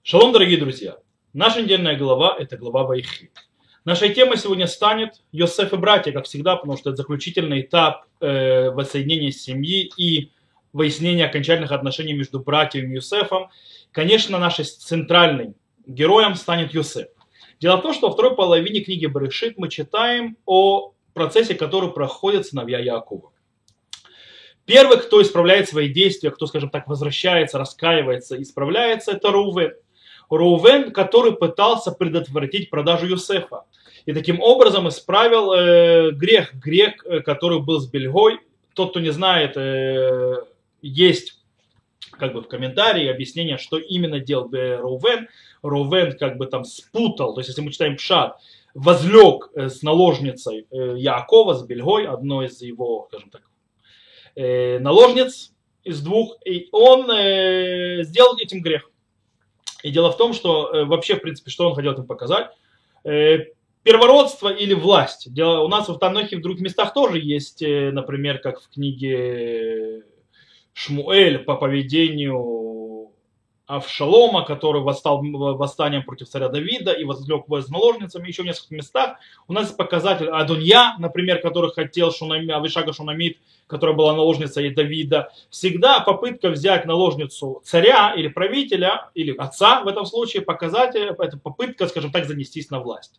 Шалом, дорогие друзья! Наша недельная глава – это глава Ваихи. Нашей темой сегодня станет Йосеф и братья, как всегда, потому что это заключительный этап воссоединения семьи и выяснения окончательных отношений между братьями и Йосефом. Конечно, нашим центральным героем станет Йосеф. Дело в том, что во второй половине книги Берешит мы читаем о процессе, который проходит сыновья Яакова. Первый, кто исправляет свои действия, кто, скажем так, возвращается, раскаивается, исправляется, это Рувен. Рувен, который пытался предотвратить продажу Йосефа. И таким образом исправил грех, который был с Бельгой. Тот, кто не знает, есть как бы в комментарии объяснение, что именно делал Рувен. Рувен как бы там спутал, то есть если мы читаем Пшат, возлег с наложницей Яакова, с Бельгой, одной из его, скажем так, наложниц из двух, и он сделал этим грех. И дело в том, что вообще, в принципе, что он хотел этим показать? Первородство или власть. У нас в Танахе и в других местах тоже есть, например, как в книге Шмуэль по поведению Авшалома, который восстал восстанием против царя Давида и возлег с наложницами, еще в нескольких местах. У нас есть показатель Адонья, например, который хотел Авишага Шунамит, которая была наложницей Давида. Всегда попытка взять наложницу царя или правителя, или отца в этом случае, показать, это попытка, скажем так, занестись на власть.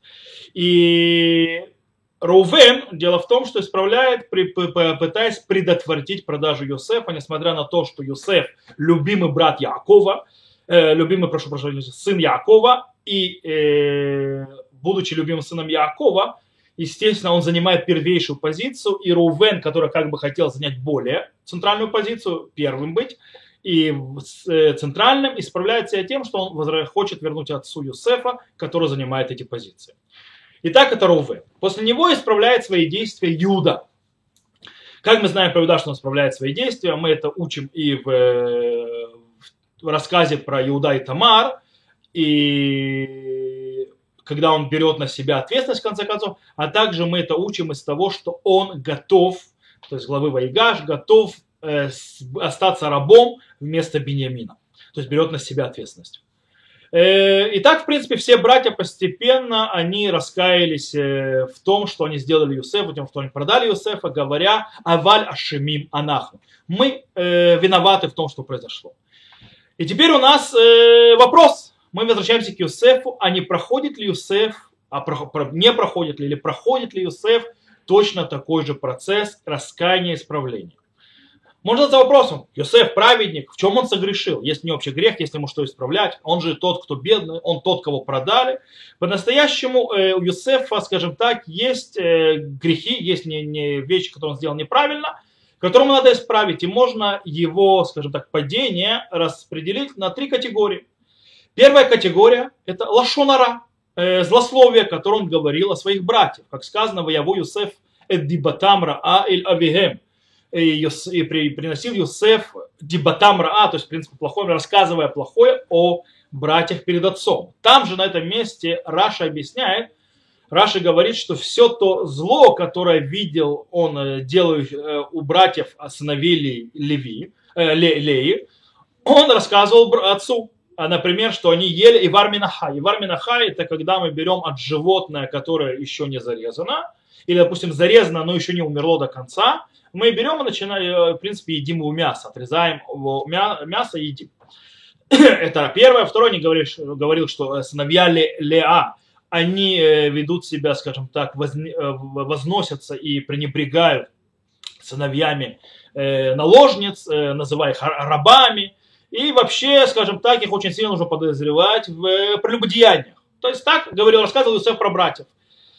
И Рувен, дело в том, что исправляет, пытаясь предотвратить продажу Йосефа, несмотря на то, что Йосеф любимый брат Яакова, прошу прощения, сын Яакова, и будучи любимым сыном Яакова, естественно, он занимает первейшую позицию, и Рувен, который как бы хотел занять более центральную позицию, первым быть, и центральным, исправляет себя тем, что он хочет вернуть отцу Йосефа, который занимает эти позиции. Итак, это Рувен. После него исправляет свои действия Иуда. Как мы знаем про Иуда, что он исправляет свои действия, мы это учим и в рассказе про Иуда и Тамар, и когда он берет на себя ответственность, в конце концов, а также мы это учим из того, что он готов, то есть главы Ваигаш, готов остаться рабом вместо Биньямина. То есть берет на себя ответственность. И так, в принципе, все братья постепенно, они раскаялись в том, что они сделали Йосефа, в том, что они продали Йосефа, говоря «Аваль ашемим анахну». Мы виноваты в том, что произошло. И теперь у нас вопрос. Мы возвращаемся к Йосефу, а не проходит ли Йосеф, не проходит ли, или проходит ли Йосеф точно такой же процесс раскаяния и исправления. Можно задать вопросом, Йосеф праведник, в чем он согрешил? Есть не общий грех, есть ему что исправлять. Он же тот, кто бедный, он тот, кого продали. По-настоящему у Йосефа, скажем так, есть грехи, есть не вещи, которые он сделал неправильно, которому надо исправить. И можно его, скажем так, падение распределить на три категории. Первая категория – это лашон ара, злословие, которое он говорил о своих братьях. Как сказано, «Ваяву Йосеф эд дибатам раа эль авихем». И приносил Йосеф дибатам раа, то есть, в принципе, плохое, рассказывая плохое о братьях перед отцом. Там же, на этом месте, Раши объясняет, Раши говорит, что все то зло, которое видел он делает у братьев сыновей Леи, он рассказывал отцу. Например, что они ели ивар минахай. Ивар минахай – это когда мы берем от животное, которое еще не зарезано, или, допустим, зарезано, но еще не умерло до конца, мы берем и начинаем, в принципе, едим его мясо, отрезаем его мясо и едим. Это первое. Второе, не говорил, что сыновья Леа, они ведут себя, скажем так, возносятся и пренебрегают сыновьями наложниц, называя их рабами. И вообще, скажем так, их очень сильно нужно подозревать в прелюбодеяниях. То есть так рассказывал Йосеф про братьев.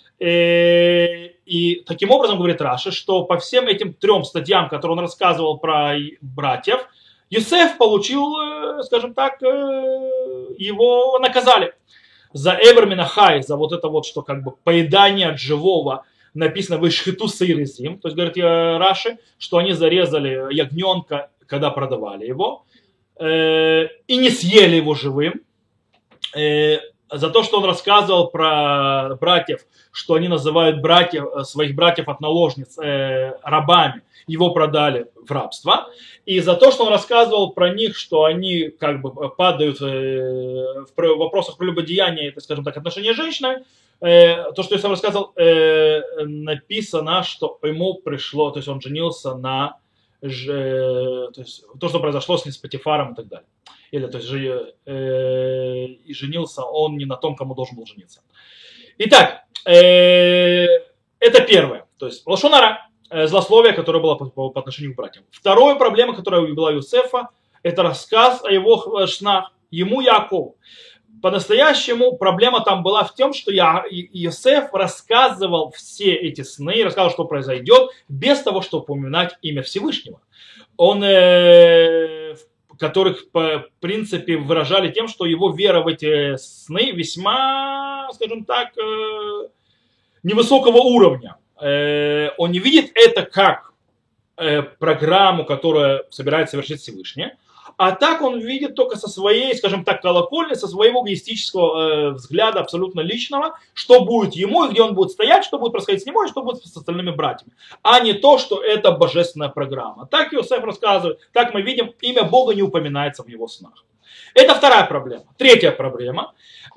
И таким образом говорит Раши, что по всем этим трем статьям, которые он рассказывал про братьев, Йосеф получил, скажем так, его наказали. За Эвер Минахай, за вот это вот, что как бы поедание от живого, написано в Ишхиту Сейрезим, то есть говорит Раши, что они зарезали ягненка, когда продавали его, и не съели его живым. за то, что он рассказывал про братьев, что они называют своих братьев от наложниц рабами, его продали в рабство. И за то, что он рассказывал про них, что они как бы падают в вопросах прелюбодеяния, это, скажем так, отношения с женщиной, то, что я сам рассказывал, написано, что ему пришло, то есть он женился на, то есть то, что произошло с ним с Патифаром и так далее. Или, то есть, и женился он не на том, кому должен был жениться. Итак, это первое. То есть, лашон ара, злословие, которое было по отношению к братьям. Вторая проблема, которая была у Иосифа, это рассказ о его снах, ему Якову. По-настоящему проблема там была в том, что Иосиф рассказывал все эти сны, рассказывал, что произойдет, без того, чтобы упоминать имя Всевышнего. Он которых, в принципе, выражали тем, что его вера в эти сны весьма, скажем так, невысокого уровня. Он не видит это как программу, которую собирается совершить Всевышний, а так он видит только со своей, скажем так, колокольни, со своего эгоистического взгляда, абсолютно личного, что будет ему, и где он будет стоять, что будет происходить с ним, и что будет с остальными братьями. А не то, что это божественная программа. Так Иосиф рассказывает, так мы видим, имя Бога не упоминается в его снах. Это вторая проблема. Третья проблема.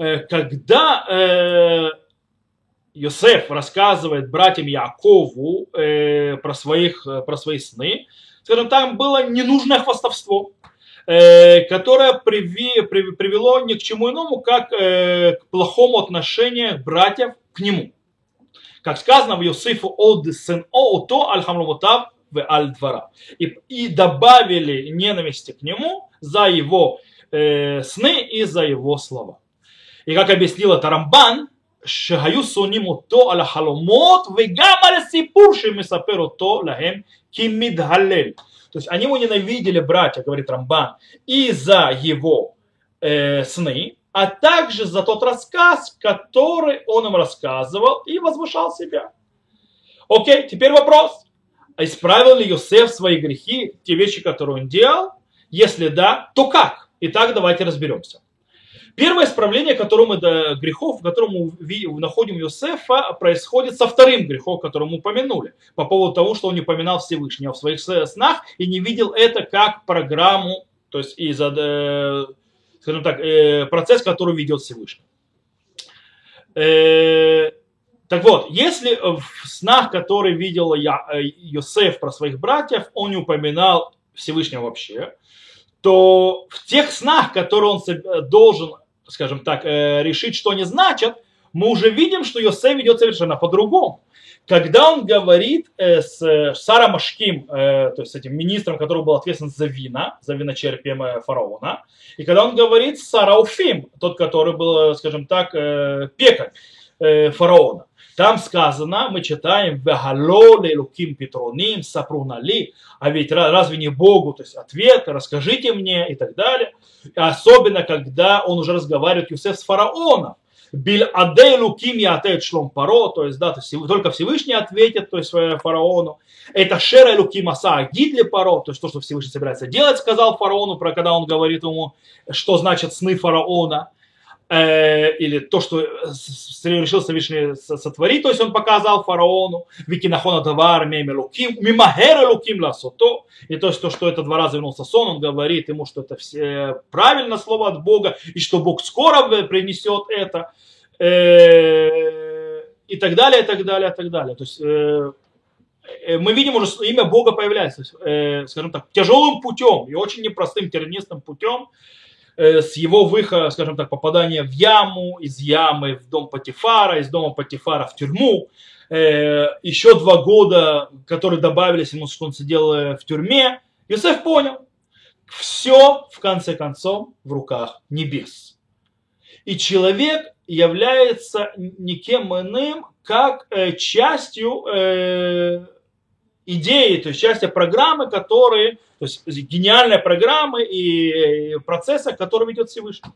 Когда Иосиф рассказывает братьям Якову про свои сны, скажем, там было ненужное хвастовство, которое привело ни к чему иному, как к плохому отношению братьев к нему. Как сказано в Иосифу «Од сын ото аль хамломотав в аль двара». И добавили ненависти к нему за его сны и за его слова. И как объяснил это Рамбан, שהיו שונאים אותו על החלומות וגם על הסיפור שמספר אותו להם כמתהלל. То есть они его ненавидели, братья, говорит Рамбан, и за его сны, а также за тот рассказ, который он им рассказывал и возвышал себя. Окей, теперь вопрос. Исправил ли Иосиф свои грехи, те вещи, которые он делал? Если да, то как? Итак, давайте разберемся. Первое исправление грехов, в котором мы находим Иосифа, происходит со вторым грехом, который мы упомянули, по поводу того, что он не упоминал Всевышнего в своих снах и не видел это как программу, то есть скажем так, процесс, который ведет Всевышний. Так вот, если в снах, которые видел Иосиф про своих братьев, он не упоминал Всевышнего вообще, то в тех снах, которые он должен, скажем так, решить, что они значат, мы уже видим, что Иосиф ведет совершенно по-другому. Когда он говорит с Саром Ашким, то есть с этим министром, который был ответственен за виночерпие фараона, и когда он говорит с Сарауфим, тот, который был, скажем так, пекарь фараона, там сказано, мы читаем, «Вегалло лелуким петроним сапрунали», а ведь разве не Богу, то есть ответ, расскажите мне и так далее. Особенно, когда он уже разговаривает Иосиф с фараоном. «Биль адей луким ятет шлом паро», то есть, да, то есть только Всевышний ответит, то есть фараону. Это шера луким аса агидли паро, то есть то, что Всевышний собирается делать, сказал фараону, когда он говорит ему, что значит сны фараона. Или то, что решил Всевышний сотворить, то есть он показал фараону, викинахона давар мимахер луким ласото, и то есть то, что это 2 раза вернулся сон, он говорит ему, что это все правильно слово от Бога, и что Бог скоро принесет это, и так далее, и так далее, и так далее. То есть мы видим уже, что имя Бога появляется, скажем так, тяжелым путем и очень непростым тернистым путем, с его выхода, скажем так, попадания в яму, из ямы в дом Патифара, из дома Патифара в тюрьму, еще 2 года, которые добавились ему, что он сидел в тюрьме. Иосиф понял, все в конце концов в руках небес. И человек является никем иным, как частью идеи, то есть частью программы, которые, то есть гениальной программы и процесса, который ведет Всевышний.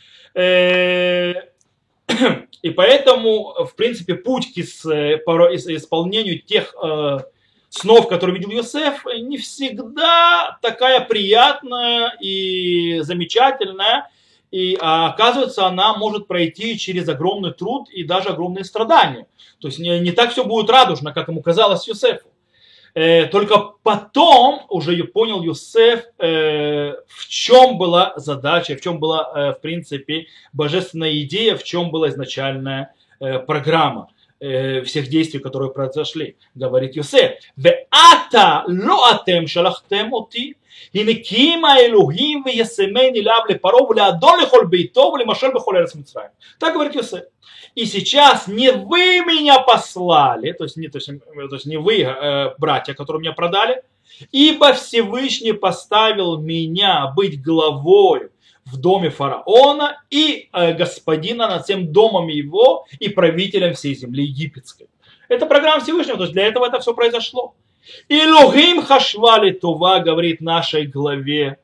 И поэтому, в принципе, путь к исполнению тех снов, которые видел Иосиф, не всегда такая приятная и замечательная, а оказывается, она может пройти через огромный труд и даже огромные страдания. То есть не так все будет радужно, как ему казалось Йосефу. Только потом уже понял Йосеф, в чем была задача, в чем была, в принципе, божественная идея, в чем была изначальная программа всех действий, которые произошли. Говорит Йосеф: «Веата ло атем шалахтем оти, הנה כי אם האלוהים וישמני לאב לפרעה ולאדון לכל ביתו ולמשל בכל ארץ מצרים». Так говорит Йосеф. И сейчас не вы меня послали, то есть не вы, братья, которые меня продали, ибо Всевышний поставил меня быть главой в доме фараона и господина над всем домом его и правителем всей земли египетской. Это программа Всевышнего, то есть для этого это все произошло. Илухим хашвали това, говорит нашей главе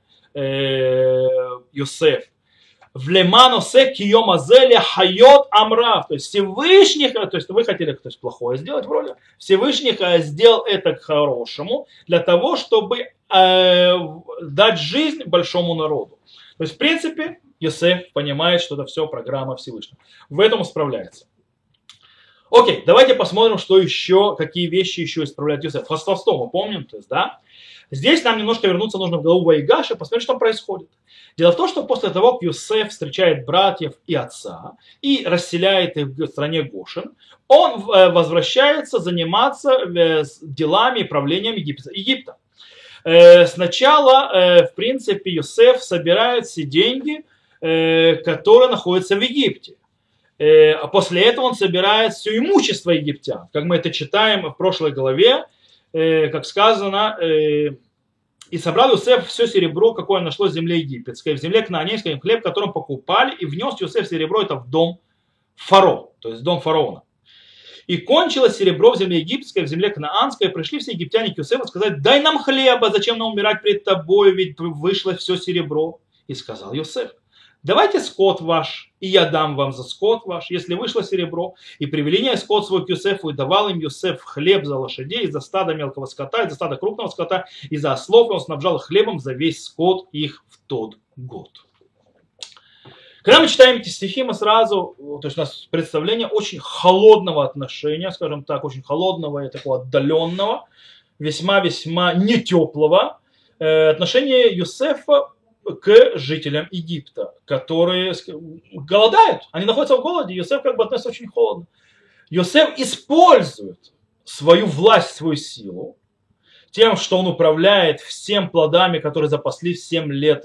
Йосеф. Влеманосе кием азеля хайот амрав. То есть Всевышний, то есть вы хотели плохое сделать вроде, Всевышний сделал это к хорошему для того, чтобы дать жизнь большому народу. То есть в принципе Йосеф понимает, что это все программа Всевышнего. В этом он справляется. Окей, давайте посмотрим, что еще, какие вещи еще исправляет Йосеф. Хвастовство мы помним, то есть, да? Здесь нам немножко вернуться нужно в главу Ваигаш и посмотреть, что там происходит. Дело в том, что после того, как Йосеф встречает братьев и отца и расселяет их в стране Гошен, он возвращается заниматься делами и правлением Египта. Сначала, в принципе, Йосеф собирает все деньги, которые находятся в Египте. А после этого он собирает все имущество египтян. Как мы это читаем в прошлой главе, как сказано, и собрал Йосеф все серебро, какое нашлось в земле египетской, в земле кнаанейской, хлеб, которым покупали, и внес Йосеф серебро это в дом фараона, то есть дом фараона. И кончилось серебро в земле египетской, в земле кнаанской, и пришли все египтяне к Йосефу сказать: дай нам хлеба, зачем нам умирать пред тобой, ведь вышло все серебро. И сказал Йосеф: давайте скот ваш, и я дам вам за скот ваш, если вышло серебро. И привели они скот свой к Йосефу, и давал им Йосеф хлеб за лошадей, за стадо мелкого скота, и за стадо крупного скота, и за ослов, и он снабжал их хлебом за весь скот их в тот год. Когда мы читаем эти стихи, мы сразу, то есть у нас представление очень холодного отношения, скажем так, очень холодного и такого отдаленного, весьма-весьма нетеплого отношения Йосефа к жителям Египта, которые голодают. Они находятся в голоде. Йосеф как бы относится очень холодно. Йосеф использует свою власть, свою силу, тем, что он управляет всем плодами, которые запаслись 7 лет,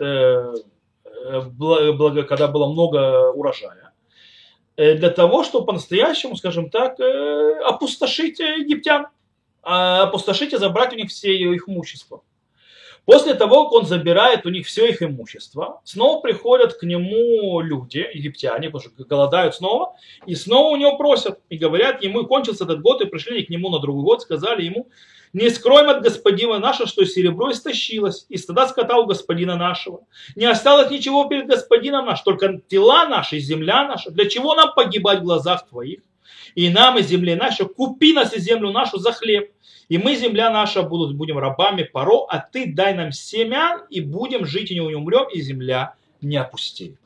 когда было много урожая, для того, чтобы по-настоящему, скажем так, опустошить египтян, опустошить и забрать у них все их имущество. После того, как он забирает у них все их имущество, снова приходят к нему люди, египтяне, потому что голодают снова, и снова у него просят, и говорят ему: кончился этот год, и пришли к нему на другой год, сказали ему: не скроем от господина нашего, что серебро истощилось, и стада скота у господина нашего. Не осталось ничего перед господином нашим, только тела наши, земля наша. Для чего нам погибать в глазах твоих? И нам, и земле нашей, купи нас и землю нашу за хлеб. И мы, земля наша, будем рабами Паро, а ты дай нам семян, и будем жить, и не умрем, и земля не опустеет.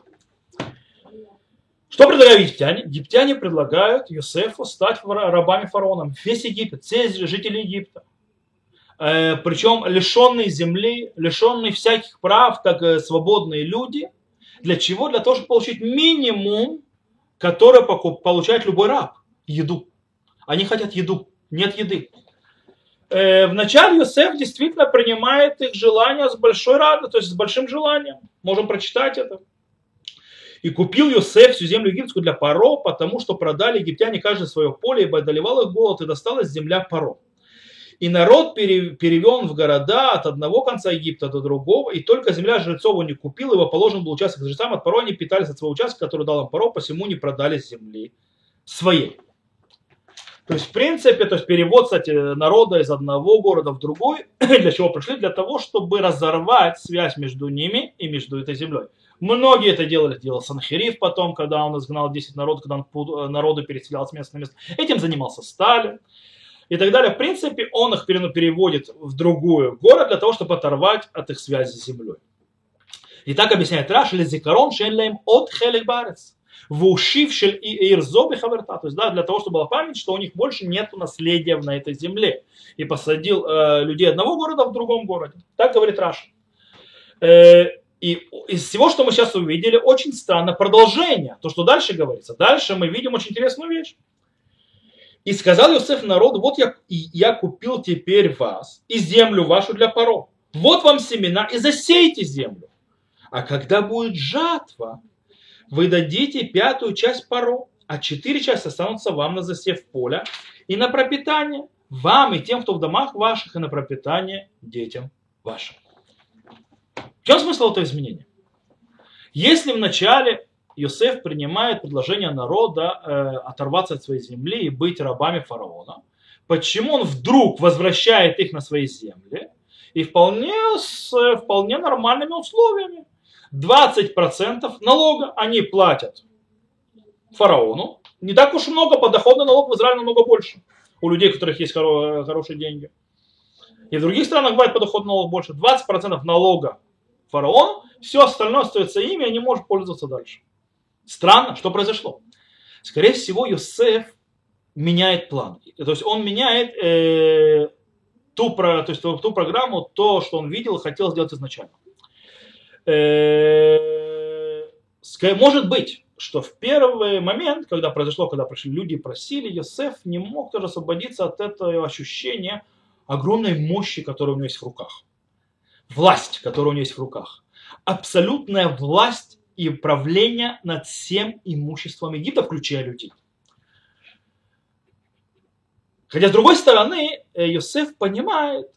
Что предлагают египтяне? Египтяне предлагают Йосефу стать рабами фараона. Весь Египет, все жители Египта. Причем лишенные земли, лишенные всяких прав, как свободные люди. Для чего? Для того, чтобы получить минимум, который получает любой раб. Еду. Они хотят еду. Нет еды. Вначале Йосеф действительно принимает их желания с большой радостью, то есть с большим желанием. Можем прочитать это. И купил Йосеф всю землю египетскую для Паро, потому что продали египтяне каждое свое поле, ибо одолевал их голод, и досталась земля Паро. И народ перевел в города от одного конца Египта до другого, и только земля жрецов он не купил, ибо положен был участок жрецам, от Паро они питались от своего участка, который дал им Паро, посему не продали земли своей. То есть, в принципе, перевод, кстати, народа из одного города в другой, для чего пришли? Для того, чтобы разорвать связь между ними и между этой землей. Многие это делал Санхериф потом, когда он изгнал 10 народов, когда он народу переселял с места на место. Этим занимался Сталин и так далее. В принципе, он их переводит в другой город для того, чтобы оторвать от их связи с землей. И так объясняет Раши, лезикарон шенлаем от хелек барец. Вушив шель ирзоби хаверта. То есть, да, для того, чтобы была память, что у них больше нет наследия на этой земле. И посадил людей одного города в другом городе. Так говорит Раши. И из всего, что мы сейчас увидели, очень странно продолжение. То, что дальше говорится. Дальше мы видим очень интересную вещь. И сказал Йосеф народу, вот я купил теперь вас и землю вашу для паро. Вот вам семена и засейте землю. А когда будет жатва, вы дадите 5 часть паро, а 4 части останутся вам на засев поля и на пропитание вам и тем, кто в домах ваших, и на пропитание детям вашим. В чем смысл этого изменения? Если вначале Йосеф принимает предложение народа оторваться от своей земли и быть рабами фараона, почему он вдруг возвращает их на свои земли и вполне нормальными условиями? 20% налога они платят фараону. Не так уж много, подоходный налог в Израиле намного больше. У людей, у которых есть хорошие деньги. И в других странах бывает подоходный налог больше. 20% налога фараону, все остальное остается ими, и они могут пользоваться дальше. Странно, что произошло. Скорее всего, Йосеф меняет план. То есть он меняет ту программу, то, что он видел и хотел сделать изначально. Может быть, что в первый момент, когда пришли люди и просили, Йосеф не мог тоже освободиться от этого ощущения огромной мощи, которая у него есть в руках. Власть, которая у него есть в руках. Абсолютная власть и управление над всем имуществом Египта, включая людей. Хотя, с другой стороны, Йосеф понимает,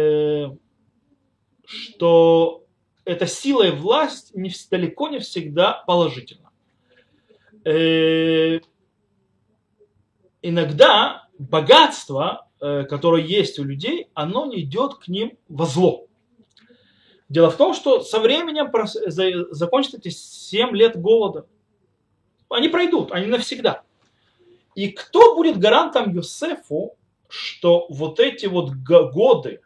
что эта сила и власть далеко не всегда положительна. Иногда богатство, которое есть у людей, оно не идет к ним во зло. Дело в том, что со временем закончатся эти 7 лет голода. Они пройдут, они навсегда. И кто будет гарантом Йосефу, что вот эти вот годы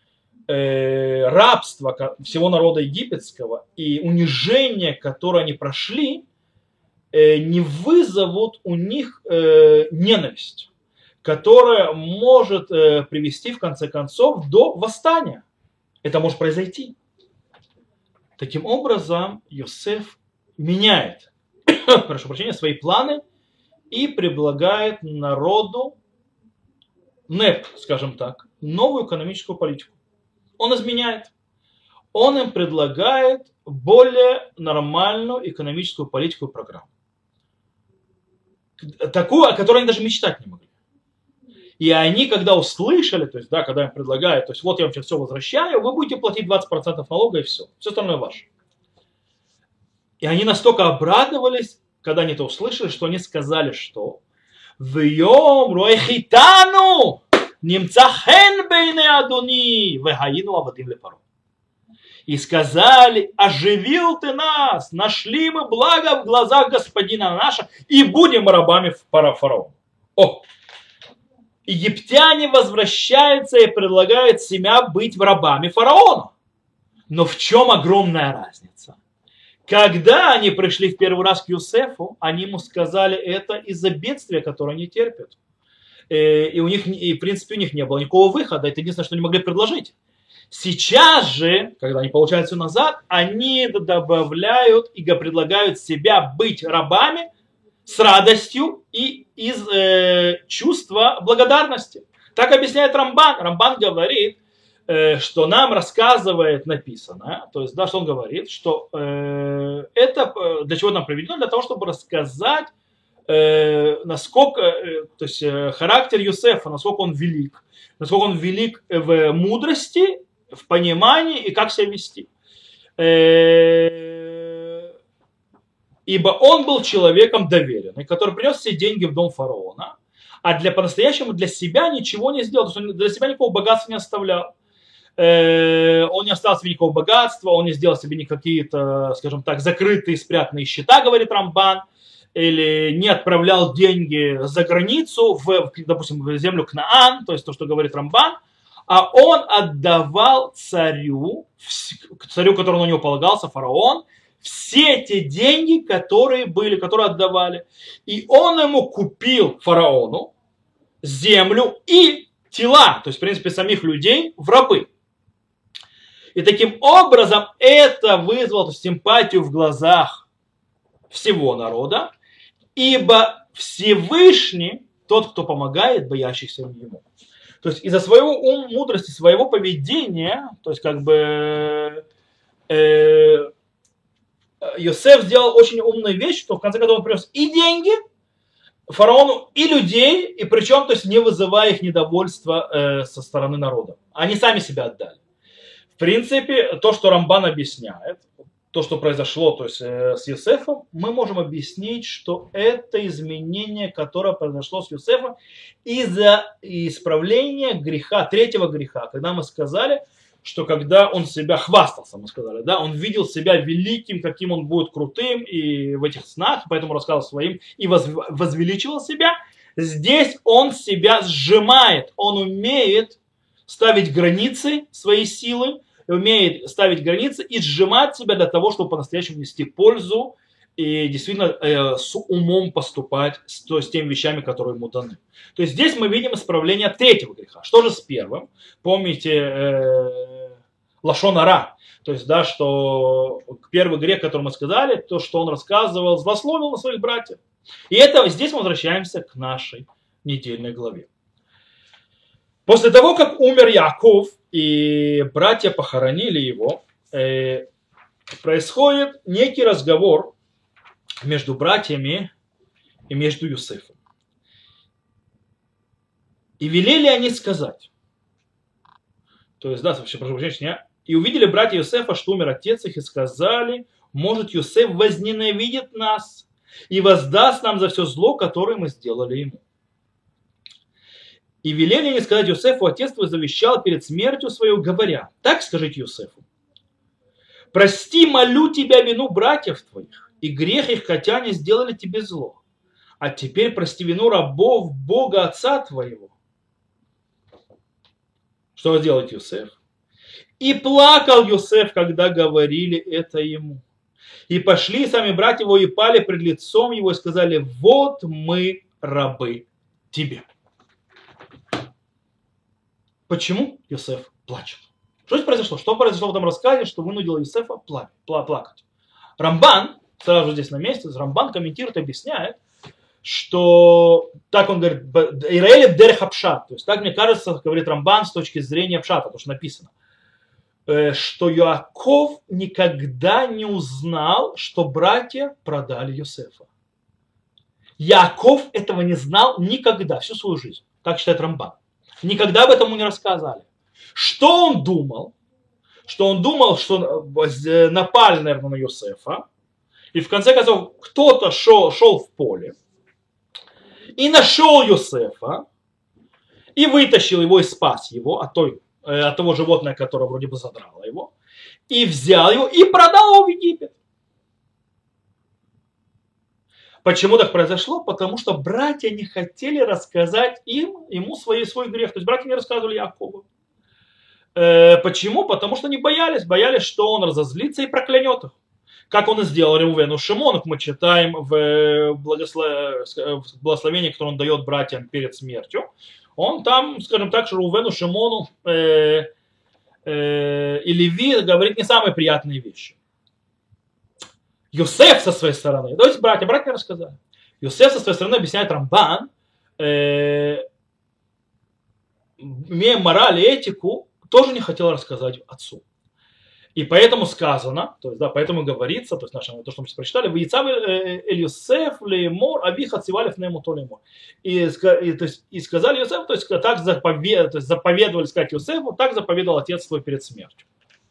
рабства всего народа египетского и унижения, которое они прошли, не вызовут у них ненависть, которая может привести в конце концов до восстания. Это может произойти. Таким образом, Йосеф меняет, прошу прощения, свои планы и предлагает народу НЭП, скажем так, новую экономическую политику. Он изменяет. Он им предлагает более нормальную экономическую политику и программу. Такую, о которой они даже мечтать не могли. И они, когда услышали, то есть, да, когда им предлагают, то есть, вот я вам сейчас все возвращаю, вы будете платить 20% налога и все. Все остальное ваше. И они настолько обрадовались, когда они это услышали, что они сказали, что «Вьем руэхитану нимцахен бейне адони вегаину авадим лепаро». И сказали, оживил ты нас, нашли мы благо в глазах господина наша и будем рабами фараона. О! Египтяне возвращаются и предлагают себя быть рабами фараона. Но в чем огромная разница? Когда они пришли в первый раз к Йосефу, они ему сказали это из-за бедствия, которое они терпят. И в принципе, у них не было никакого выхода. Это единственное, что они могли предложить. Сейчас же, когда они получают все назад, они добавляют и предлагают себя быть рабами с радостью и из чувства благодарности. Так объясняет Рамбан. Рамбан говорит, что нам рассказывает написано, то есть, да, что он говорит, что это для чего нам приведено? Для того, чтобы рассказать, насколько, то есть, характер Йосефа, насколько он велик в мудрости, в понимании и как себя вести. Ибо он был человеком доверенным, который принес все деньги в дом фараона, а по-настоящему для себя ничего не сделал, то есть он для себя никакого богатства не оставлял. Он не оставил себе никакого богатства, он не сделал себе никакие-то, скажем так, закрытые, спрятанные счета, говорит Рамбан, или не отправлял деньги за границу, допустим, в землю Кнаан, то есть то, что говорит Рамбан, а он отдавал царю, которому на него полагался, фараон, все те деньги, которые отдавали. И он ему купил, фараону, землю и тела, то есть, в принципе, самих людей в рабы. И таким образом это вызвало симпатию в глазах всего народа, ибо Всевышний тот, кто помогает боящихся ему. То есть из-за своего мудрости, своего поведения, то есть как бы Йосеф сделал очень умную вещь, что в конце концов он принес и деньги фараону, и людей, и причем то есть, не вызывая их недовольства со стороны народа. Они сами себя отдали. В принципе, то, что Рамбан объясняет, то, что произошло то есть, с Йосефом, мы можем объяснить, что это изменение, которое произошло с Йосефом из-за исправления греха, третьего греха. Когда мы сказали, что когда он себя хвастался, мы сказали, да, он видел себя великим, каким он будет крутым и в этих снах, поэтому рассказал своим и возвеличивал себя. Здесь он себя сжимает, он умеет ставить границы своей силы, умеет ставить границы и сжимать себя для того, чтобы по-настоящему нести пользу и действительно с умом поступать с теми вещами, которые ему даны. То есть здесь мы видим исправление третьего греха. Что же с первым? Помните лашон ара, то есть да, что первый грех, который мы сказали, то, что он рассказывал, злословил на своих братьев. И это здесь мы возвращаемся к нашей недельной главе. После того, как умер Яков, и братья похоронили его, происходит некий разговор между братьями и между Йосефом. И велели они сказать, то есть, да, прошу прощения, и увидели братья Йосефа, что умер отец их, и сказали, может, Йосеф возненавидит нас и воздаст нам за все зло, которое мы сделали ему. И велели они сказать Йосефу, отец твой завещал перед смертью свою, говоря, так скажите Йосефу, прости, молю тебя, вину братьев твоих, и грех их, хотя они сделали тебе зло. А теперь прости вину рабов Бога отца твоего. Что делает Йосеф? И плакал Йосеф, когда говорили это ему. И пошли сами братья его и пали пред лицом его и сказали, вот мы рабы тебе. Почему Йосеф плачет? Что здесь произошло? Что произошло в этом рассказе, что вынудило Йосефа плакать? Рамбан, сразу здесь на месте, Рамбан комментирует, объясняет, что, так он говорит, Ираэль дерх апшат, то есть так, мне кажется, говорит Рамбан с точки зрения пшата, то, что написано, что Яков никогда не узнал, что братья продали Йосефа. Яков этого не знал никогда, всю свою жизнь, так считает Рамбан. Никогда об этом ему не рассказали. Что он думал? Что он думал, что напали, наверное, на Йосефа. И в конце концов кто-то шел в поле и нашел Йосефа и вытащил его и спас его от того животного, которое вроде бы задрало его. И взял его и продал его в Египет. Почему так произошло? Потому что братья не хотели рассказать ему свой грех. То есть братья не рассказывали Якову. Почему? Потому что они боялись, что он разозлится и проклянет их. Как он и сделал Реувену Шимону, как мы читаем в благословении, которое он дает братьям перед смертью. Он там, скажем так, Реувену Шимону и Леви говорит не самые приятные вещи. Йосеф со своей стороны, то есть братья не рассказали. Йосеф со своей стороны объясняет Рамбан, имея мораль и этику, тоже не хотел рассказать отцу. И поэтому сказано, то есть, да, поэтому говорится, то есть, то, что мы сейчас прочитали, «Ваицав эль Йосеф леймор, авиха цивалев нему то леймор». И сказали Йосефу, то есть, так заповедовали сказать Йосефу, так заповедовал отец твой перед смертью.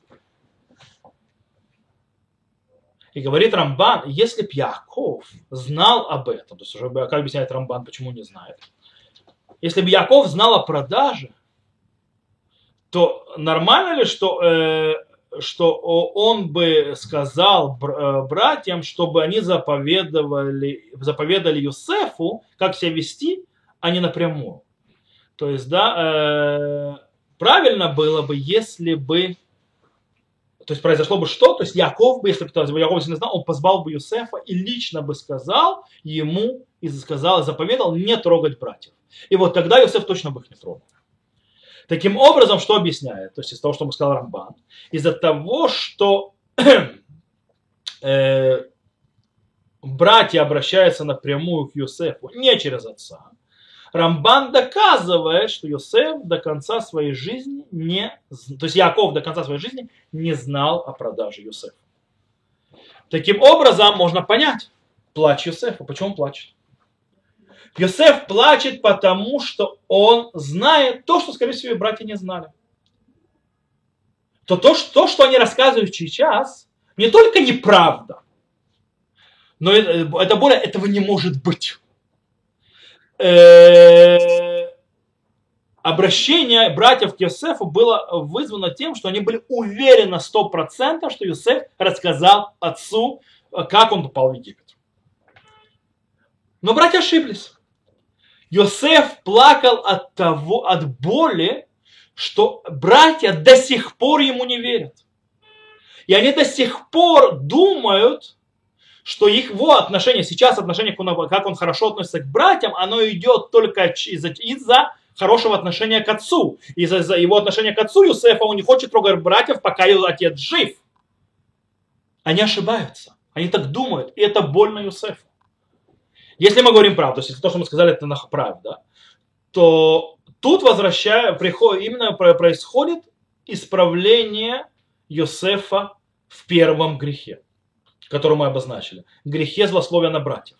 И говорит Рамбан, если б Яков знал об этом, то есть уже как объясняет Рамбан, почему не знает, если бы Яков знал о продаже, то нормально ли, что он бы сказал братьям, чтобы они заповедали Йосефу, как себя вести, а не напрямую. То есть, да, правильно было бы, если бы, то есть произошло бы что, то есть Яков бы, если бы Яков не знал, он позвал бы Йосефа и лично бы сказал ему, и сказал, заповедал не трогать братьев. И вот тогда Йосеф точно бы их не трогал. Таким образом, что объясняет? То есть из того, что сказал Рамбан, из-за того, что братья обращаются напрямую к Йосефу не через отца, Рамбан доказывает, что Йосеф до конца своей жизни то есть Яков до конца своей жизни не знал о продаже Йосефа. Таким образом, можно понять плач Йосефа. Почему он плачет? Йосеф плачет, потому что он знает то, что, скорее всего, братья не знали. То, что они рассказывают сейчас, не только неправда, но это более, этого не может быть. Обращение братьев к Йосефу было вызвано тем, что они были уверены 100%, что Йосеф рассказал отцу, как он попал в Египет. Но братья ошиблись. Йосеф плакал от боли, что братья до сих пор ему не верят. И они до сих пор думают, что его отношение, сейчас отношение, как он хорошо относится к братьям, оно идет только из-за хорошего отношения к отцу. Из-за его отношения к отцу Йосефа он не хочет трогать братьев, пока его отец жив. Они ошибаются. Они так думают. И это больно Йосефу. Если мы говорим правду, то есть если то, что мы сказали, это правда, то тут именно происходит исправление Йосефа в первом грехе, который мы обозначили. Грехе злословия на братьев.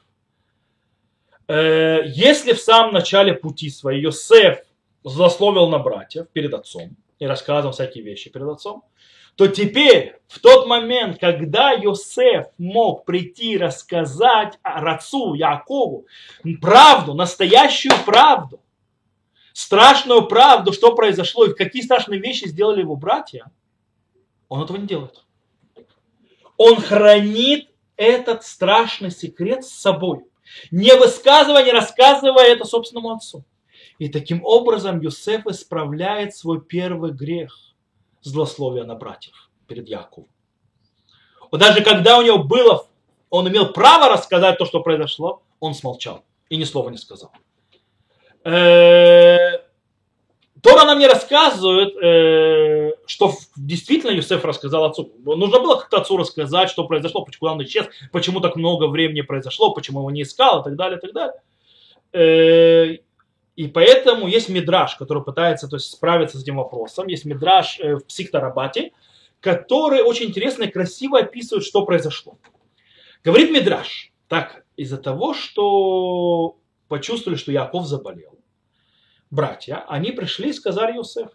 Если в самом начале пути своей Йосеф злословил на братьев перед отцом и рассказывал всякие вещи перед отцом, то теперь, в тот момент, когда Йосеф мог прийти и рассказать отцу Якову правду, настоящую правду, страшную правду, что произошло и какие страшные вещи сделали его братья, он этого не делает. Он хранит этот страшный секрет с собой, не высказывая, не рассказывая это собственному отцу. И таким образом Йосеф исправляет свой первый грех злословия на братьев перед Яковом. Вот даже когда у него он имел право рассказать то, что произошло, он смолчал и ни слова не сказал. Тора нам не рассказывает, что действительно Йосеф рассказал отцу. Нужно было как-то отцу рассказать, что произошло, почему он исчез, почему так много времени произошло, почему его не искал и так далее, и так далее. И поэтому есть мидраш, который пытается, то есть, справиться с этим вопросом. Есть мидраш в Психта-Раббате, который очень интересно и красиво описывает, что произошло. Говорит мидраш, так, из-за того, что почувствовали, что Яков заболел, братья, они пришли и сказали Йосефу.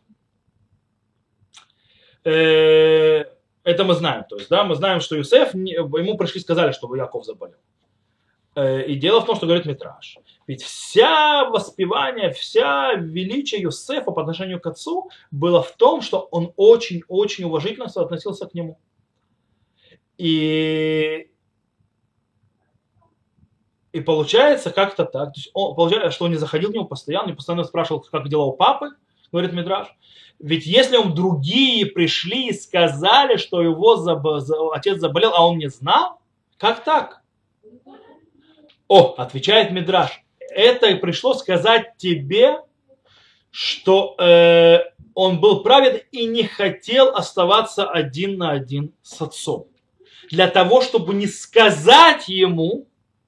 Это мы знаем. То есть, да, мы знаем, что ему пришли и сказали, что Яков заболел. И дело в том, что говорит мидраш. Ведь вся воспевание, вся величие Йосефа по отношению к отцу было в том, что он очень-очень уважительно относился к нему. И получается как-то так. То есть получается, что он не заходил к нему постоянно, и постоянно спрашивал, как дела у папы, говорит мидраш. Ведь если другие пришли и сказали, что его отец заболел, а он не знал, как так? Отвечает мидраш. Это и пришло сказать тебе, что он был праведен и не хотел оставаться один на один с отцом. Для того, чтобы не сказать ему,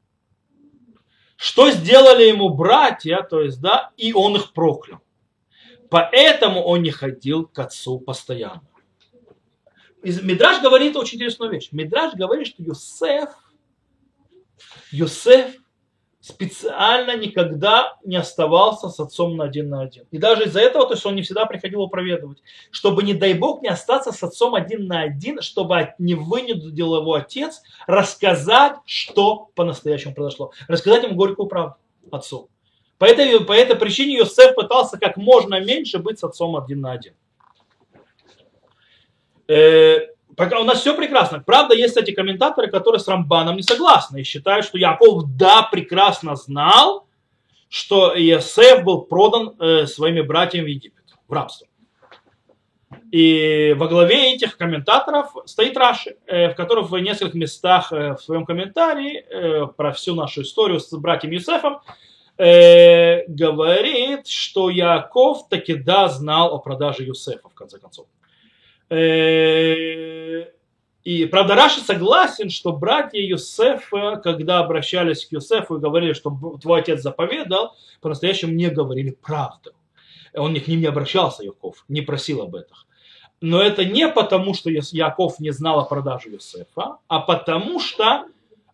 что сделали ему братья, то есть, да, и он их проклял. Поэтому он не ходил к отцу постоянно. Мидраш говорит очень интересную вещь. Мидраш говорит, что Йосеф специально никогда не оставался с отцом на один. И даже из-за этого, то есть он не всегда приходил его проведывать. Чтобы, не дай бог, не остаться с отцом один на один, чтобы не вынудил его отец рассказать, что по-настоящему произошло. Рассказать ему горькую правду отцу. По этой причине Йосеф пытался как можно меньше быть с отцом один на один. Пока у нас все прекрасно. Правда, есть эти комментаторы, которые с Рамбаном не согласны и считают, что Яков, прекрасно знал, что Йосеф был продан своими братьями в Египет, в рабство. И во главе этих комментаторов стоит Раши, в котором в нескольких местах в своем комментарии про всю нашу историю с братьем Юсефом говорит, что Яаков таки да знал о продаже Юсефа, в конце концов. И, правда, Раши согласен, что братья Юсефа, когда обращались к Юсефу и говорили, что твой отец заповедал, по-настоящему не говорили правду. Он к ним не обращался, Яаков, не просил об этом. Но это не потому, что Яаков не знал о продаже Юсефа, а потому что,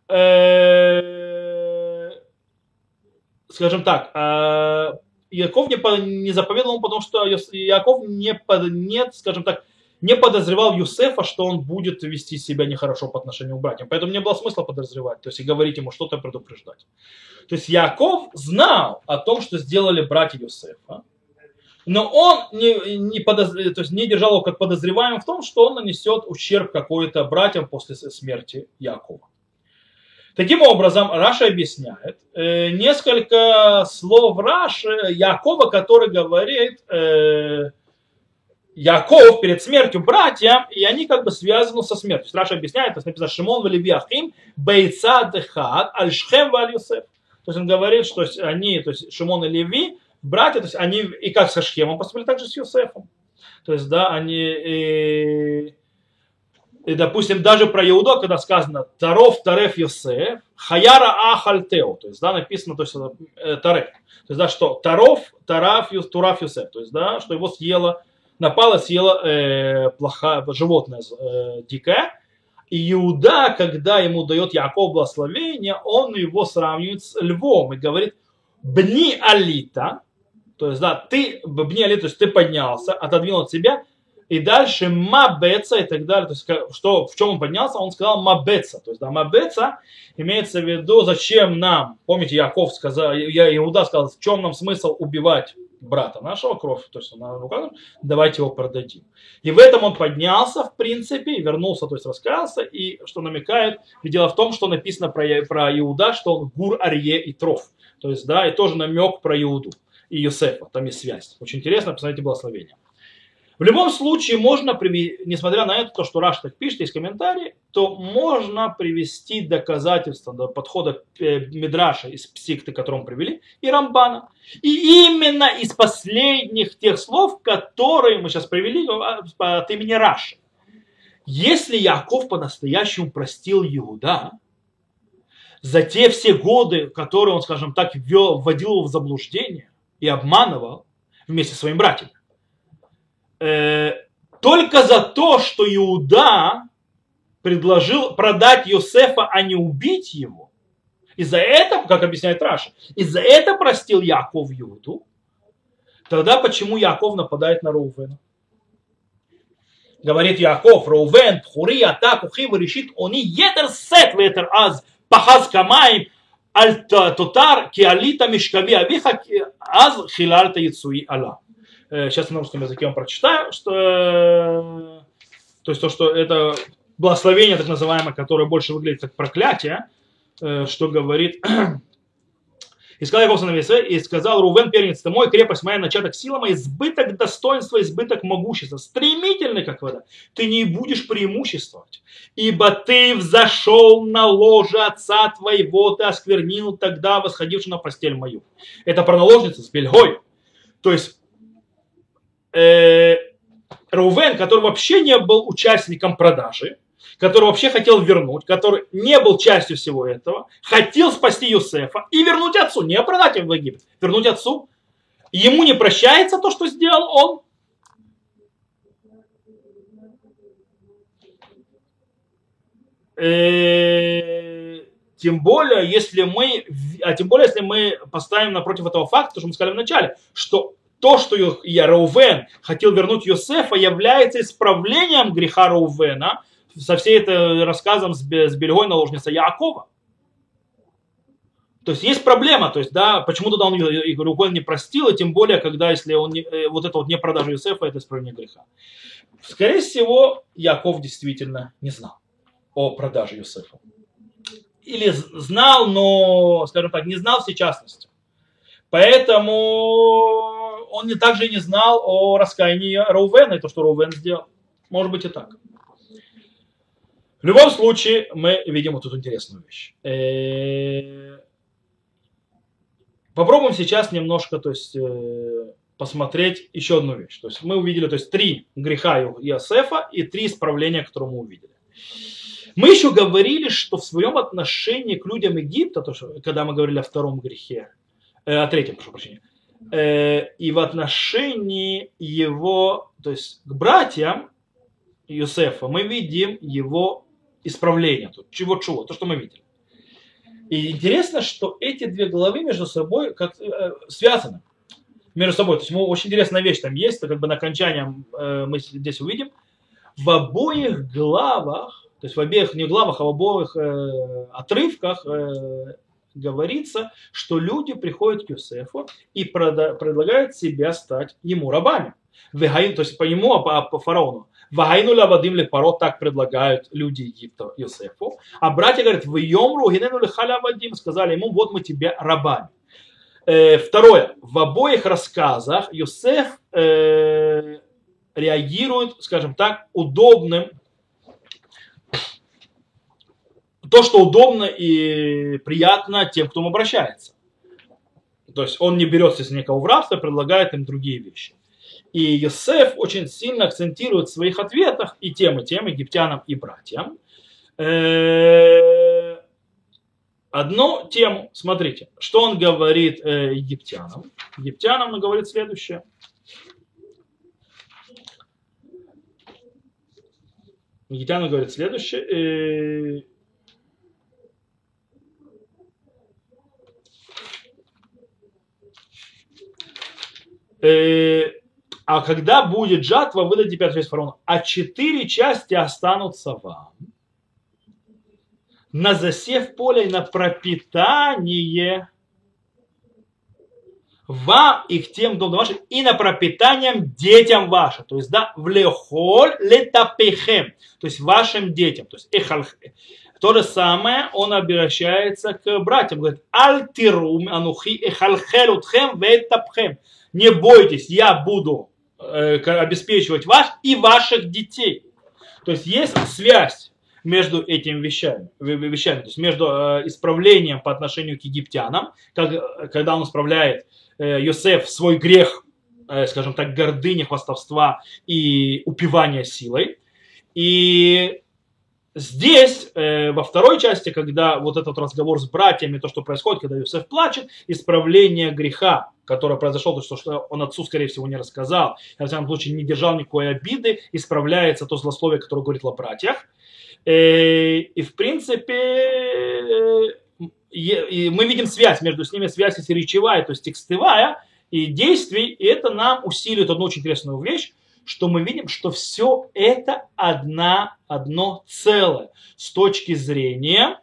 скажем так, Яаков не заповедовал, потому что Яаков скажем так, не подозревал Юсефа, что он будет вести себя нехорошо по отношению к братьям. Поэтому не было смысла подозревать, то есть и говорить ему что-то, предупреждать. То есть Яаков знал о том, что сделали братья Юсефа, но он не держал его как подозреваемым в том, что он нанесет ущерб какой-то братьям после смерти Яакова. Таким образом, Раши объясняет несколько слов Раши Яакова, который говорит... Яаков перед смертью братьям, и они как бы связаны со смертью. Раша объясняет, то есть написано Шимон ве Леви ахим бейца дехад аль Шхем валь Юсеф. То есть он говорит, что они, то есть Шимон и Леви, братья, то есть они и как со Шхемом поступили, так же с Юсефом. То есть, да, они, и, допустим, даже про Иуду, когда сказано Таров, Тареф, Юсеф, Хаяра Ахальтео, то есть, да, написано, то есть, Тареф. То есть, да, что Таров, Турав, Юсеф, то есть, да, что его напала, съела животное дикое. И Иуда, когда ему дает Яаков благословение, он его сравнивает с львом и говорит «Бни алита», то есть, да, ты, бни алита, то есть ты поднялся, отодвинул от себя, и дальше мабеца и так далее. То есть, что, в чем он поднялся? Он сказал мабеца. То есть, да, мабеца имеется в виду, зачем нам, помните, Яаков сказал, Иуда сказал, в чем нам смысл убивать брата нашего, кровь, то есть на руках, давайте его продадим. И в этом он поднялся, в принципе, и вернулся, то есть раскаялся, и что намекает, и дело в том, что написано про Иуда, что он гур, арье и троф. То есть, да, и тоже намек про Иуду и Юсефа, там есть связь. Очень интересно, посмотрите благословение. В любом случае, можно, несмотря на это, то, что Раш так пишет, есть комментарии, то можно привести доказательства до подхода Мидраша из псикты, которые мы привели, и Рамбана. И именно из последних тех слов, которые мы сейчас привели от имени Раши. Если Яаков по-настоящему простил Иуда за те все годы, которые он, скажем так, вводил его в заблуждение и обманывал вместе со своими братьями, только за то, что Иуда предложил продать Йосефа, а не убить его. Из-за этого, как объясняет Раша, из-за этого простил Яаков Иуду. Тогда почему Яаков нападает на Реувена? Говорит Яаков, Реувен, Пхури, Атак, Ухим, решит, они етер сет ветер аз пахаз камаем аль тотар киалита мишкави авиха аз хилальта яцуи ала. Сейчас на русском языке вам прочитаю, что, то есть то, что это благословение, так называемое, которое больше выглядит как проклятие, что говорит, и сказал Яаков сыновей своих, и сказал Рувен, первенец ты мой, крепость моя, начаток сила моя, избыток достоинства, избыток могущества, стремительный, как вода, ты не будешь преимуществовать, ибо ты взошел на ложе отца твоего, ты осквернил тогда восходивший на постель мою. Это про наложницу с бельгой, то есть Реувен, который вообще не был участником продажи, который вообще хотел вернуть, который не был частью всего этого, хотел спасти Юсефа и вернуть отцу, не продать его в Египет, вернуть отцу. Ему не прощается то, что сделал он. Тем более, если мы поставим напротив этого факта, то, что мы сказали в начале, что то, что Реувен хотел вернуть Йосефа, является исправлением греха Реувена со всей этой рассказом с бельгой наложницы Яакова. То есть есть проблема, то есть, да, почему тогда он Реувен не простил, и тем более, когда, если он вот это вот не продажа Йосефа, это исправление греха. Скорее всего, Яаков действительно не знал о продаже Йосефа. Или знал, но, скажем так, не знал всей частности. Поэтому он также и не знал о раскаянии Реувена, и то, что Реувен сделал. Может быть и так. В любом случае, мы видим вот эту интересную вещь. Попробуем сейчас немножко, то есть, посмотреть еще одну вещь. То есть мы увидели, то есть, 3 греха Иосифа и 3 исправления, которые мы увидели. Мы еще говорили, что в своем отношении к людям Египта, то, что, когда мы говорили о 2 грехе, о 3, прошу прощения, и в отношении его, то есть к братьям Иосифа, мы видим его исправление, то, то, что мы видели. И интересно, что эти 2 главы между собой как, связаны между собой. То есть очень интересная вещь там есть, как бы на окончании мы здесь увидим. В обоих главах, то есть в обеих не главах, а в обоих отрывках говорится, что люди приходят к Иосифу и предлагают себя стать ему рабами. То есть по нему, по фараону. Вагайну лавадим лепаро, так предлагают люди Египта Иосифу. А братья говорят, в йомру гинену лехалявадим, сказали ему, вот мы тебе рабами. Второе. В обоих рассказах Иосиф реагирует, скажем так, удобным. То, что удобно и приятно тем, к кому обращается. То есть он не берется с никого в рабство, предлагает им другие вещи. И Иосиф очень сильно акцентирует в своих ответах и тем, египтянам и братьям. Одну тему, смотрите, что он говорит египтянам. Египтянам он говорит следующее. Египтянам говорит следующее. А когда будет жатва, выдайте 5 частей фараону, а 4 части останутся вам на засев поля и на пропитание вам их тем домом вашим и на пропитание детям вашим. То есть, да, в лехоль летапехем, то есть вашим детям. То есть, то же самое он обращается к братьям. Говорит, альтирум анухи эхалхелутхем ветапхем. Не бойтесь, я буду обеспечивать вас и ваших детей. То есть есть связь между этими вещами, то есть между исправлением по отношению к египтянам, когда он исправляет Иосиф свой грех, скажем так, гордыни, хвастовства и упивания силой. И здесь, во второй части, когда вот этот разговор с братьями, то, что происходит, когда Иосиф плачет, исправление греха, которое произошло, то, что он отцу, скорее всего, не рассказал, в всяком случае, не держал никакой обиды, исправляется то злословие, которое говорит о братьях. И в принципе, мы видим связь между ними, связь и речевая, то есть текстовая, и действий, и это нам усиливает одну очень интересную вещь, что мы видим, что все это одно целое с точки зрения,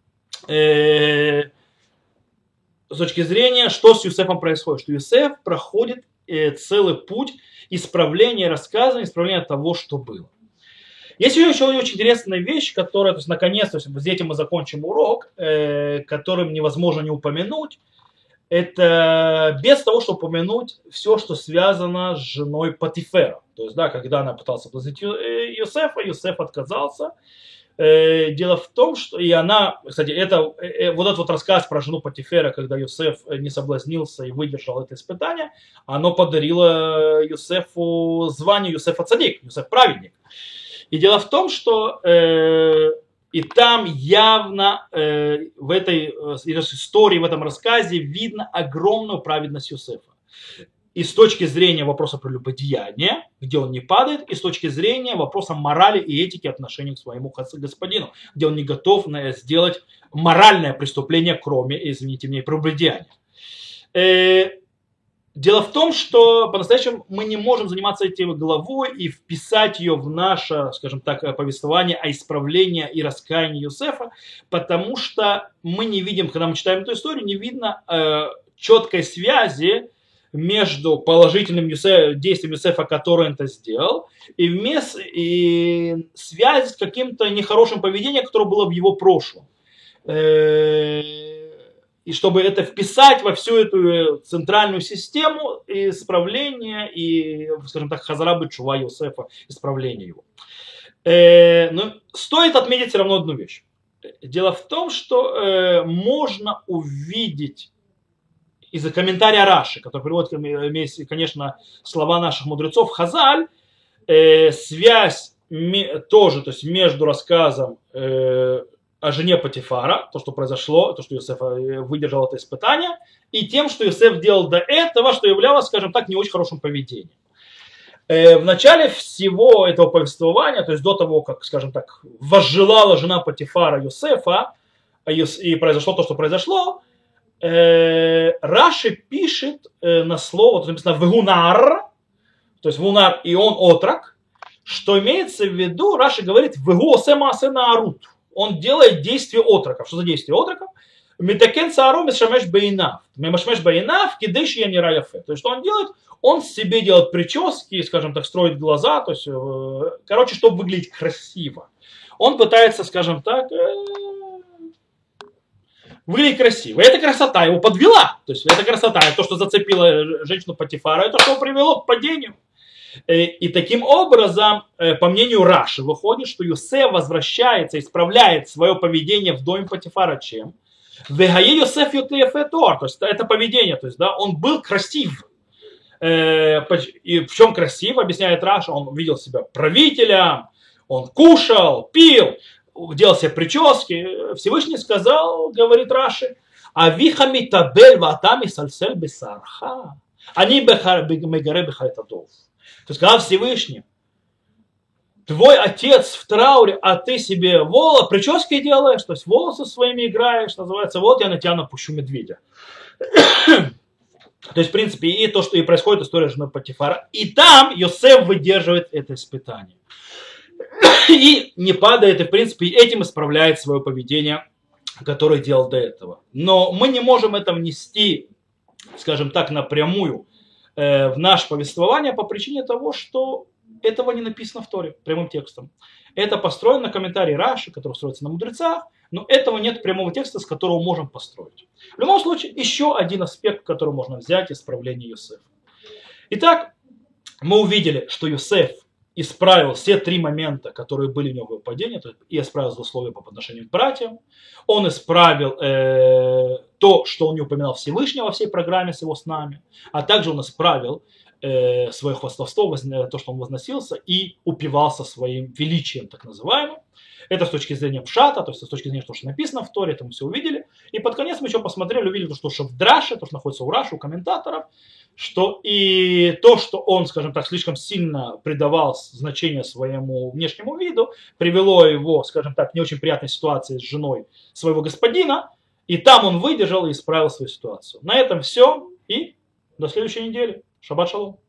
что с Иосифом происходит. Что Иосиф проходит целый путь исправления рассказа, исправления того, что было. Есть еще очень интересная вещь, которая, то есть, наконец, то есть, с этим мы закончим урок, которым невозможно не упомянуть. Это без того, чтобы упомянуть все, что связано с женой Потифера. То есть, да, когда она пыталась соблазнить Иосифа, Иосиф отказался. Дело в том, что и она, кстати, вот этот вот рассказ про жену Потифера, когда Иосиф не соблазнился и выдержал это испытание, оно подарило Иосифу звание Иосифа Цадик, Иосиф праведник. И дело в том, что и там явно в этой истории, в этом рассказе видно огромную праведность Иосифа. И с точки зрения вопроса прелюбодеяния, где он не падает, и с точки зрения вопроса морали и этики отношения к своему господину, где он не готов сделать моральное преступление, кроме, извините меня, прелюбодеяния. Дело в том, что по-настоящему мы не можем заниматься этой главой и вписать ее в наше, скажем так, повествование о исправлении и раскаянии Иосифа, потому что мы не видим, когда мы читаем эту историю, не видно четкой связи между положительным действием Иосифа, который он это сделал, и связь с каким-то нехорошим поведением, которое было в его прошлом. И чтобы это вписать во всю эту центральную систему, исправление и, скажем так, хазара бет-шува Йосефа, исправление его. Но стоит отметить все равно одну вещь. Дело в том, что можно увидеть из-за комментария Раши, который приводит, конечно, слова наших мудрецов, Хазаль, связь тоже, то есть между рассказом о жене Потифара, то, что произошло, то, что Йосеф выдержал это испытание, и тем, что Йосеф делал до этого, что являлось, скажем так, не очень хорошим поведением. В начале всего этого повествования, то есть до того, как, скажем так, возжелала жена Потифара Йосефа, и произошло то, что произошло, Раши пишет на слово, тут написано «вегунар», то есть «вунар» и он отрок, что имеется в виду, Раши говорит «вегу осема асена арут». Он делает действие отроков. Что за действие отроков? Митакен цааром мешмеш бейнав. Мешмеш бейнав кидеш я не раяфе. То есть что он делает? Он себе делает прически, скажем так, строит глаза, то есть, короче, чтобы выглядеть красиво. Он пытается, скажем так, выглядеть красиво. И эта красота его подвела. То есть эта красота, то, что зацепило женщину Потифара, это что привело к падению. И таким образом, по мнению Раши, выходит, что Йосеф возвращается, исправляет свое поведение в доме Потифара чем? Вегае Йосеф ютефе тор, то есть это поведение, то есть да, он был красив. И в чем красив, объясняет Раша, он видел себя правителем, он кушал, пил, делал себе прически. Всевышний сказал, говорит Раши, авихами табель ватами сальсель бесарха, они мегаре бехайтадов. То есть, когда Всевышний, твой отец в трауре, а ты себе прически делаешь, то есть волосы своими играешь, называется, вот я на тебя напущу медведя. То есть, в принципе, и то, что и происходит история жены Потифара. И там Йосеф выдерживает это испытание. И не падает, и, в принципе, этим исправляет свое поведение, которое делал до этого. Но мы не можем это внести, скажем так, напрямую в наше повествование по причине того, что этого не написано в Торе прямым текстом. Это построено на комментарии Раши, который строится на мудрецах, но этого нет прямого текста, с которого можем построить. В любом случае, еще один аспект, который можно взять из исправления Йосефа. Итак, мы увидели, что Йосеф исправил все три момента, которые были у него в его падении, и исправил злословие по отношению к братьям. Он исправил то, что он не упоминал Всевышнего во всей программе с его снами, а также он исправил свое хвастовство, то, что он возносился и упивался своим величием, так называемым. Это с точки зрения пшата, то есть с точки зрения того, что написано в Торе, это мы все увидели. И под конец мы еще посмотрели, увидели, что в Драше, то, что находится у Раши, у комментаторов, что и то, что он, скажем так, слишком сильно придавал значение своему внешнему виду, привело его, скажем так, в не очень приятной ситуации с женой своего господина, и там он выдержал и исправил свою ситуацию. На этом все, и до следующей недели. Шаббат шалом.